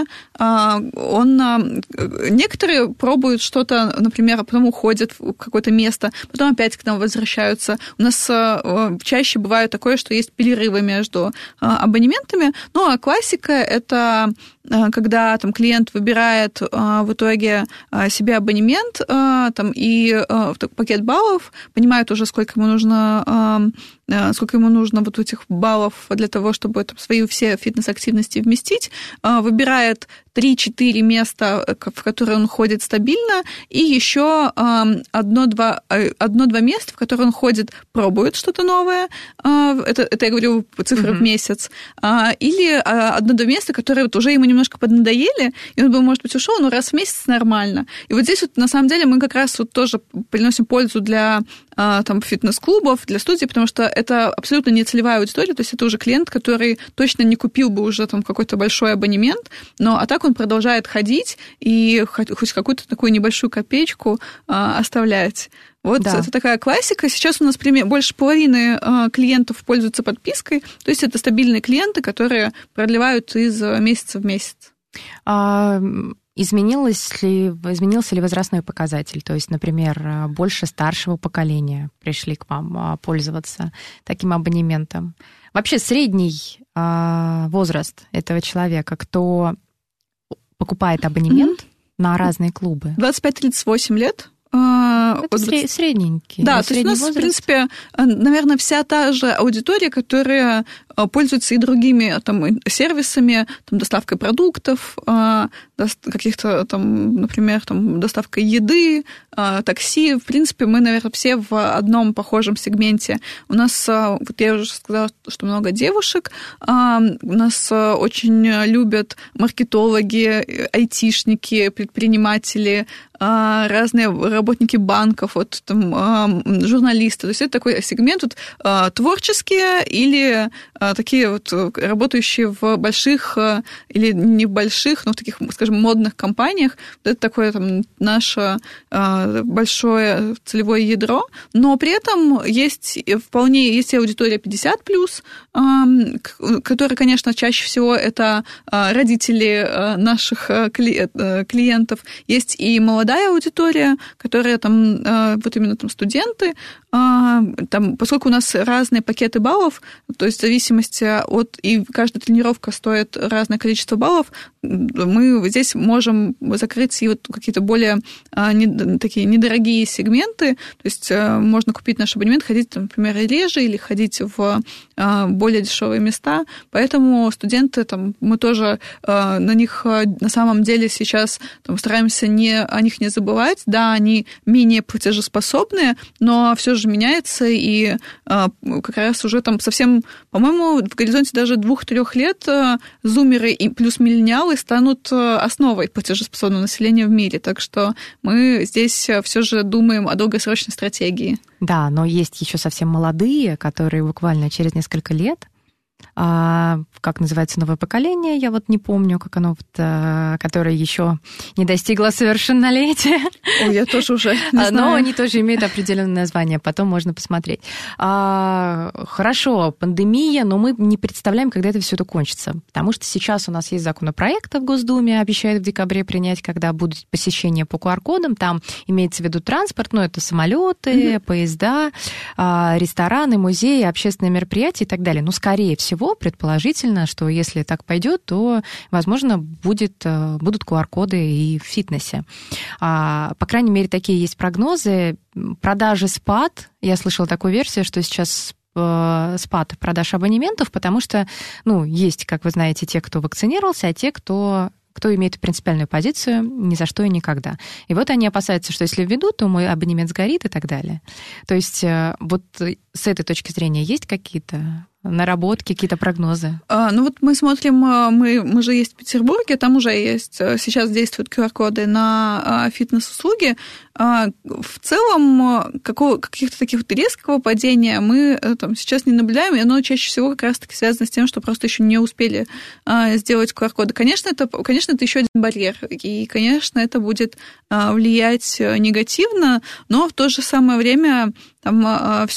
H: он, некоторые пробуют что-то, например, а потом уходят в какое-то место, потом опять к нам возвращаются. У нас чаще бывает такое, что есть перерывы между абонементами. Ну, а классика – это когда там клиент выбирает в итоге себе абонемент там, и пакет баллов, понимает уже, сколько ему нужно, сколько ему нужно вот этих баллов для того, чтобы там, свои все фитнес-активности вместить, выбирает три-четыре места, в которые он ходит стабильно, и еще одно-два одно-два места, в которые он ходит, пробует что-то новое, это, это я говорю цифры mm-hmm. в месяц, или одно-два места, которые вот уже ему немножко поднадоели, и он бы, может быть, ушел, но раз в месяц нормально. И вот здесь вот на самом деле мы как раз вот тоже приносим пользу для там, фитнес-клубов, для студий, потому что это абсолютно не целевая аудитория, то есть это уже клиент, который точно не купил бы уже там какой-то большой абонемент, но а так он продолжает ходить и хоть какую-то такую небольшую копеечку а, оставлять. Вот да. Это такая классика. Сейчас у нас больше половины а, клиентов пользуются подпиской, то есть это стабильные клиенты, которые продлевают из месяца в месяц.
G: А... Изменилось ли, изменился ли возрастной показатель? То есть, например, больше старшего поколения пришли к вам пользоваться таким абонементом. Вообще средний возраст этого человека, кто покупает абонемент mm-hmm. на разные клубы?
H: двадцать пять тридцать восемь лет.
G: Это сред... средненький.
H: Да, то есть у нас, возраст. В принципе, наверное, вся та же аудитория, которая пользуется и другими там, сервисами, там, доставкой продуктов, каких-то, там, например, там, доставкой еды, такси. В принципе, мы, наверное, все в одном похожем сегменте. У нас, вот я уже сказала, что много девушек, у нас очень любят маркетологи, айтишники, предприниматели, разные работники банков, вот, там, журналисты. То есть это такой сегмент вот, творческие или такие вот работающие в больших или не в больших, но в таких, скажем, модных компаниях. Вот это такое там, наше большое целевое ядро. Но при этом есть вполне есть и аудитория пятьдесят плюс, которая, конечно, чаще всего это родители наших клиентов. Есть и молодая аудитория, которая там, вот именно там студенты, там, поскольку у нас разные пакеты баллов, то есть в зависимости от... И каждая тренировка стоит разное количество баллов, мы здесь можем закрыть и вот какие-то более не, такие недорогие сегменты, то есть можно купить наш абонемент, ходить, например, реже или ходить в более дешевые места, поэтому студенты, там, мы тоже на них на самом деле сейчас там, стараемся не, о них не забывать, да, они менее платежеспособные, но все же меняется, и а, как раз уже там совсем, по-моему, в горизонте даже двух-трех лет а, зумеры и плюс миллениалы станут основой платежеспособного населения в мире. Так что мы здесь все же думаем о долгосрочной стратегии.
G: Да, но есть еще совсем молодые, которые буквально через несколько лет, а, как называется новое поколение, я вот не помню, как оно, вот, а, которое еще не достигло совершеннолетия.
H: Ой, я тоже уже не знаю.
G: Но они тоже имеют определенное название, потом можно посмотреть. А, хорошо, пандемия, но мы не представляем, когда это все это кончится, потому что сейчас у нас есть законопроект в Госдуме, обещают в декабре принять, когда будут посещения по ку ар кодам, там имеется в виду транспорт, ну, это самолеты, mm-hmm. поезда, а, рестораны, музеи, общественные мероприятия и так далее. Ну, скорее всего, предположительно, что если так пойдет, то, возможно, будет, будут ку ар коды и в фитнесе. А, по крайней мере, такие есть прогнозы. Продажи спад. Я слышала такую версию, что сейчас спад продаж абонементов, потому что, ну, есть, как вы знаете, те, кто вакцинировался, а те, кто... кто имеет принципиальную позицию ни за что и никогда. И вот они опасаются, что если введут, то мой абонемент сгорит и так далее. То есть вот с этой точки зрения есть какие-то наработки, какие-то прогнозы?
H: А, ну вот мы смотрим, мы, мы же есть в Петербурге, там уже есть, сейчас действуют ку ар коды на фитнес-услуги. А, в целом какого, каких-то таких вот резкого падения мы там сейчас не наблюдаем, и оно чаще всего как раз-таки связано с тем, что просто еще не успели а, сделать ку ар коды. Конечно, это, конечно, это еще один барьер, и, конечно, это будет а, влиять негативно, но в то же самое время там все же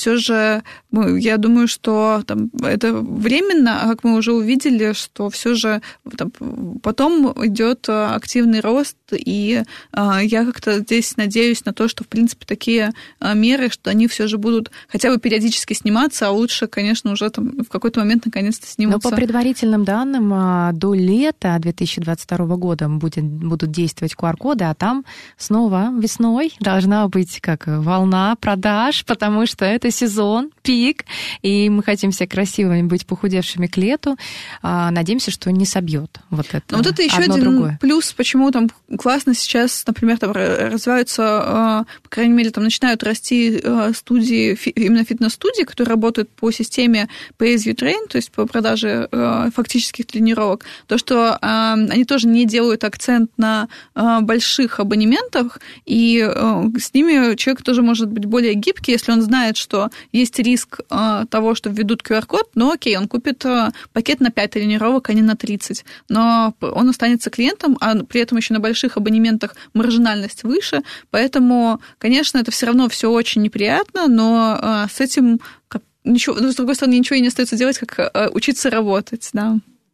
H: это, я думаю, что там, это временно, а как мы уже увидели, что все же там, потом идет активный рост, и я как-то здесь надеюсь на то, что, в принципе, такие меры, что они все же будут хотя бы периодически сниматься, а лучше, конечно, уже там в какой-то момент наконец-то снимутся.
G: Но по предварительным данным, до лета две тысячи двадцать второго года будет, будут действовать ку ар-коды, а там снова весной должна быть как волна продаж, потому что это сезон, пик, и мы хотим все красивыми быть, похудевшими к лету. Надеемся, что не собьет вот это.
H: Но вот это еще один другое. Плюс, почему там классно сейчас, например, там развиваются, по крайней мере, там начинают расти студии, именно фитнес-студии, которые работают по системе Pay as you train, то есть по продаже фактических тренировок. То, что они тоже не делают акцент на больших абонементах, и с ними человек тоже может быть более гибкий, если он знает, что есть риск того, что введут ку ар-код, но окей, он купит пакет на пять тренировок, а не на тридцать. Но он останется клиентом, а при этом еще на больших абонементах маржинальность выше, поэтому, конечно, это все равно все очень неприятно, но с этим как, ничего, с другой стороны, ничего и не остается делать, как учиться работать, да.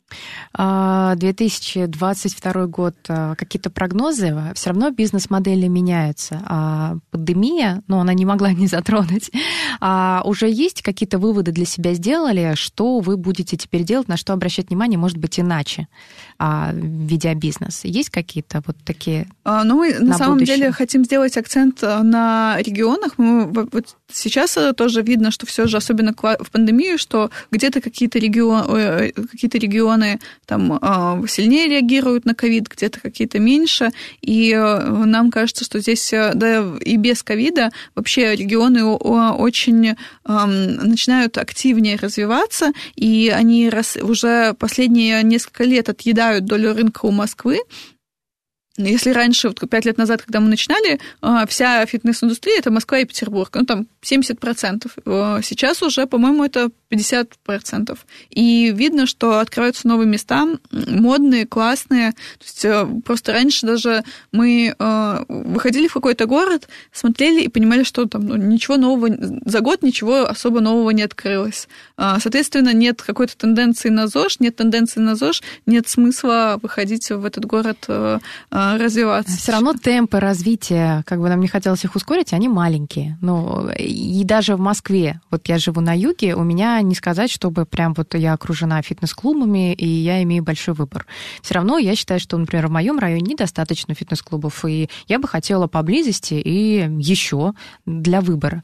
G: две тысячи двадцать второй год, какие-то прогнозы, все равно бизнес-модели меняются. А пандемия, ну, она не могла не затронуть. А уже есть какие-то выводы для себя сделали, что вы будете теперь делать, на что обращать внимание, может быть, иначе, ведя бизнес? Есть какие-то вот такие?
H: Ну, мы на, на самом будущее? деле хотим сделать акцент на регионах. Мы, вот сейчас тоже видно, что все же, особенно в пандемию, что где-то какие-то регионы, какие-то регионы там сильнее реагируют на ковид, где-то какие-то меньше, и нам кажется, что здесь, да, и без ковида вообще регионы очень начинают активнее развиваться, и они уже последние несколько лет отъедают долю рынка у Москвы. Если раньше, вот пять лет назад, когда мы начинали, вся фитнес-индустрия – это Москва и Петербург, ну, там семьдесят процентов. Сейчас уже, по-моему, это пятьдесят процентов. И видно, что открываются новые места, модные, классные. То есть просто раньше даже мы выходили в какой-то город, смотрели и понимали, что там ну, ничего нового, за год ничего особо нового не открылось. Соответственно, нет какой-то тенденции на ЗОЖ, нет тенденции на ЗОЖ, нет смысла выходить в этот город развиваться.
G: Все равно темпы развития, как бы нам не хотелось их ускорить, они маленькие. Ну, и даже в Москве, вот я живу на юге, у меня не сказать, чтобы прям вот я окружена фитнес-клубами, и я имею большой выбор. Все равно я считаю, что, например, в моем районе недостаточно фитнес-клубов, и я бы хотела поблизости и еще для выбора.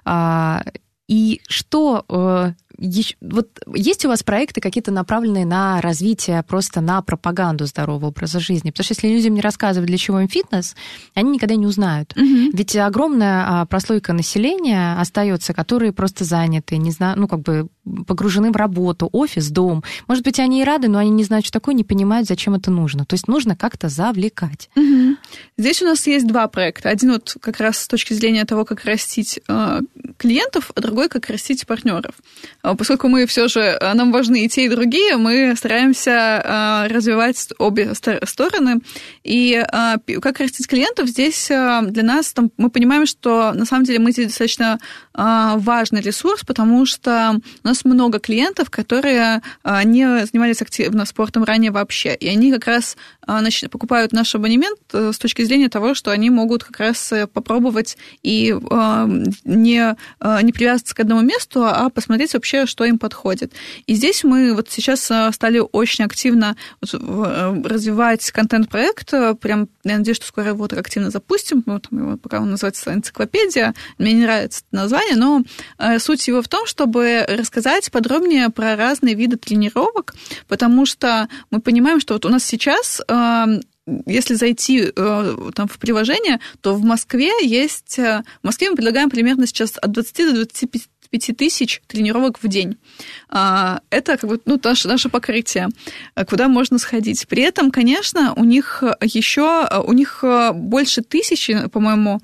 G: И что... Вот есть у вас проекты какие-то направленные на развитие, просто на пропаганду здорового образа жизни? Потому что если людям не рассказывать, для чего им фитнес, они никогда не узнают. Mm-hmm. Ведь огромная прослойка населения остается, которые просто заняты, не знаю, ну, как бы погружены в работу, офис, дом. Может быть, они и рады, но они не знают, что такое, не понимают, зачем это нужно. То есть нужно как-то завлекать.
H: Mm-hmm. Здесь у нас есть два проекта. Один вот как раз с точки зрения того, как растить клиентов, а другой, как растить партнеров. Поскольку мы все же, нам важны и те, и другие, мы стараемся развивать обе стороны. И как растить клиентов, здесь для нас, там, мы понимаем, что на самом деле мы здесь достаточно важный ресурс, потому что у нас много клиентов, которые не занимались активно спортом ранее вообще. И они как раз значит, покупают наш абонемент с точки зрения того, что они могут как раз попробовать и не, не привязываться к одному месту, а посмотреть вообще, что им подходит. И здесь мы вот сейчас стали очень активно развивать контент-проект. Прям, я надеюсь, что скоро его так активно запустим. Вот, его, пока он называется «Энциклопедия». Мне не нравится это название, но суть его в том, чтобы рассказать подробнее про разные виды тренировок, потому что мы понимаем, что вот у нас сейчас... Если зайти там, в приложение, то в Москве есть... В Москве мы предлагаем примерно сейчас от двадцати до двадцати пяти тысяч тренировок в день. Это как бы, ну, наше, наше покрытие, куда можно сходить. При этом, конечно, у них еще... У них больше тысячи, по-моему,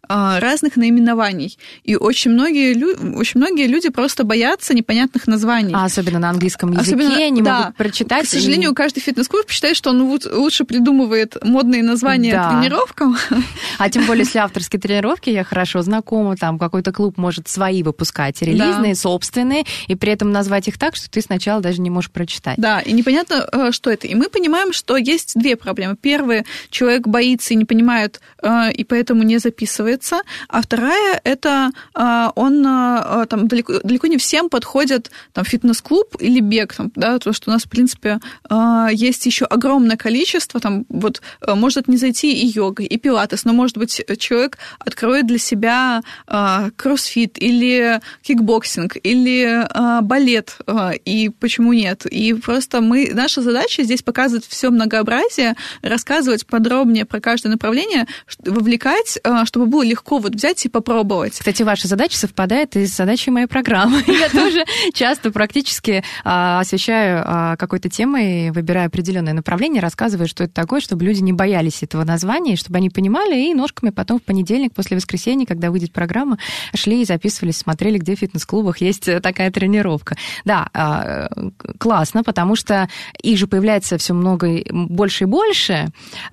H: разных наименований. И очень многие, очень многие люди просто боятся непонятных названий.
G: А особенно на английском языке,
H: особенно,
G: не
H: да,
G: могут прочитать.
H: К сожалению,
G: и...
H: каждый фитнес-клуб считает, что он лучше придумывает модные названия
G: да.
H: тренировкам.
G: А тем более, если авторские тренировки, я хорошо знакома, там какой-то клуб может свои выпускать, релизные, да. собственные, и при этом назвать их так, что ты сначала даже не можешь прочитать.
H: Да, и непонятно, что это. И мы понимаем, что есть две проблемы. Первая, человек боится и не понимает, и поэтому не записывается. А вторая, это он там далеко, далеко не всем подходит там, фитнес-клуб или бег, там, да, то, что у нас, в принципе, есть еще огромное количество, там, вот, может не зайти и йога, и пилатес, но, может быть, человек откроет для себя кроссфит или кикбоксинг, или балет, и почему нет? И просто мы, наша задача здесь показывать все многообразие, рассказывать подробнее про каждое направление, вовлекать, чтобы было легко вот взять и попробовать.
G: Кстати, ваша задача совпадает и с задачей моей программы. Я тоже часто практически освещаю какой-то темой, выбираю определенное направление, рассказываю, что это такое, чтобы люди не боялись этого названия, чтобы они понимали, и ножками потом в понедельник после воскресенья, когда выйдет программа, шли и записывались, смотрели, где в фитнес-клубах есть такая тренировка. Да, классно, потому что их же появляется все много, больше и больше,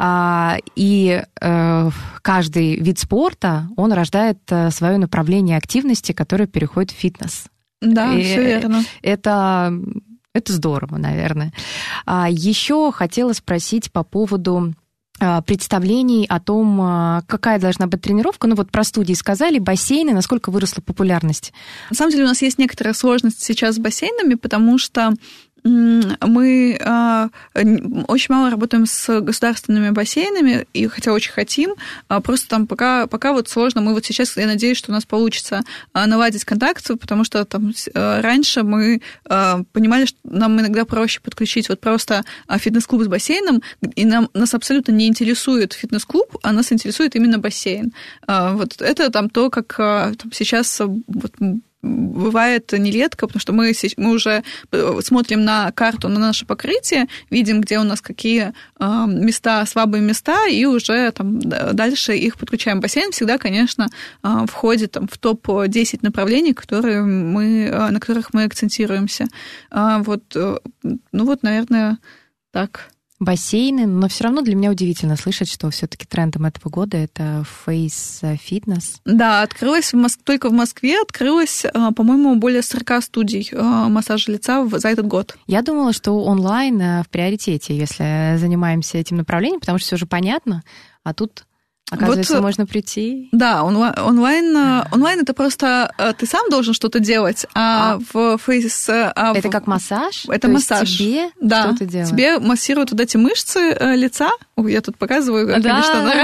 G: и каждый вид спорта, он рождает свое направление активности, которое переходит в фитнес.
H: Да,
G: и
H: все верно.
G: Это, это здорово, наверное. Еще хотела спросить по поводу представлений о том, какая должна быть тренировка. Ну вот про студии сказали, бассейны, насколько выросла популярность?
H: На самом деле у нас есть некоторая сложность сейчас с бассейнами, потому что мы э, очень мало работаем с государственными бассейнами, и хотя очень хотим, э, просто там пока, пока вот сложно. Мы вот сейчас, я надеюсь, что у нас получится э, наладить контакт, потому что там э, раньше мы э, понимали, что нам иногда проще подключить вот просто фитнес-клуб с бассейном, и нам, нас абсолютно не интересует фитнес-клуб, а нас интересует именно бассейн. Э, вот это там то, как э, там сейчас вот, бывает нередко, потому что мы, мы уже смотрим на карту, на наше покрытие, видим, где у нас какие места, слабые места, и уже там дальше их подключаем. Бассейн всегда, конечно, входит там, в топ десять направлений, которые мы, на которых мы акцентируемся. Вот, ну вот, наверное, так.
G: Бассейны, но все равно для меня удивительно слышать, что все-таки трендом этого года это фейс-фитнес.
H: Да, открылось в Моск... только в Москве открылось, по-моему, более сорок студий массажа лица за этот год.
G: Я думала, что онлайн в приоритете, если занимаемся этим направлением, потому что все же понятно, а тут... Оказывается, вот, можно прийти.
H: Да, онлайн, онлайн, онлайн это просто ты сам должен что-то делать, а, а в фейс... А
G: это
H: в,
G: как массаж?
H: Это
G: То
H: массаж.
G: Есть тебе
H: да,
G: что-то делать?
H: Тебе массируют вот эти мышцы лица. Ой, я тут показываю, да. конечно, на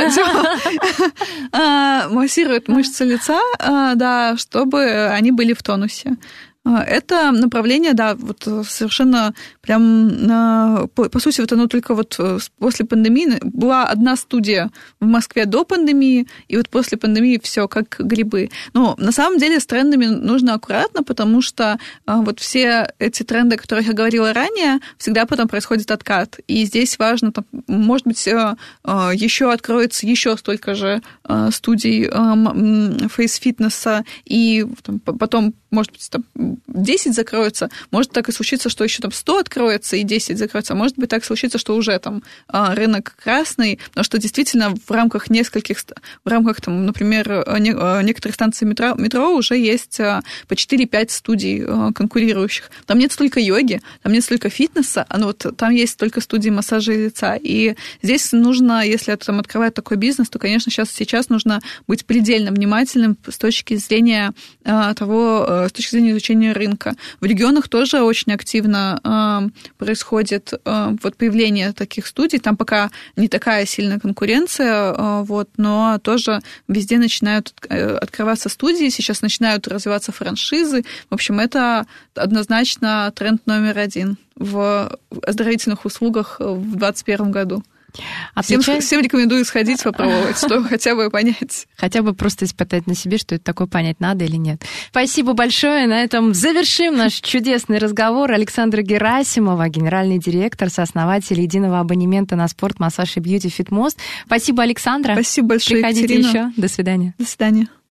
H: радио. Массируют мышцы лица, да, чтобы они были в тонусе. Это направление, да, вот совершенно прям, по, по сути, вот оно только вот после пандемии, была одна студия в Москве до пандемии, и вот после пандемии все как грибы. Но на самом деле с трендами нужно аккуратно, потому что вот все эти тренды, о которых я говорила ранее, всегда потом происходит откат. И здесь важно, там, может быть, еще откроется еще столько же студий фейс-фитнеса, и там, потом, может быть, там, десять закроются, может так и случиться, что еще там сто откроется и десять закроется, а может быть так случится, что уже там рынок красный, потому что действительно в рамках нескольких, в рамках, там, например, некоторых станций метро, метро уже есть по четыре-пять студий конкурирующих. Там нет столько йоги, там нет столько фитнеса, а ну вот там есть только студии массажа лица. И здесь нужно, если там открывать такой бизнес, то, конечно, сейчас, сейчас нужно быть предельно внимательным с точки зрения того, с точки зрения изучения рынка. В регионах тоже очень активно э, происходит э, вот появление таких студий. Там пока не такая сильная конкуренция, э, вот, но тоже везде начинают открываться студии, сейчас начинают развиваться франшизы. В общем, это однозначно тренд номер один в оздоровительных услугах в двадцать первом году. Всем,
G: Отличай-
H: всем рекомендую сходить, попробовать, что хотя бы понять.
G: Хотя бы просто испытать на себе, что это такое, понять надо или нет. Спасибо большое. На этом завершим наш чудесный разговор. Александра Герасимова, генеральный директор, сооснователь единого абонемента на спорт, массаж и бьюти FitMost. Спасибо, Александра.
H: Спасибо большое,
G: Приходите
H: Екатерина.
G: еще. До свидания.
H: До свидания.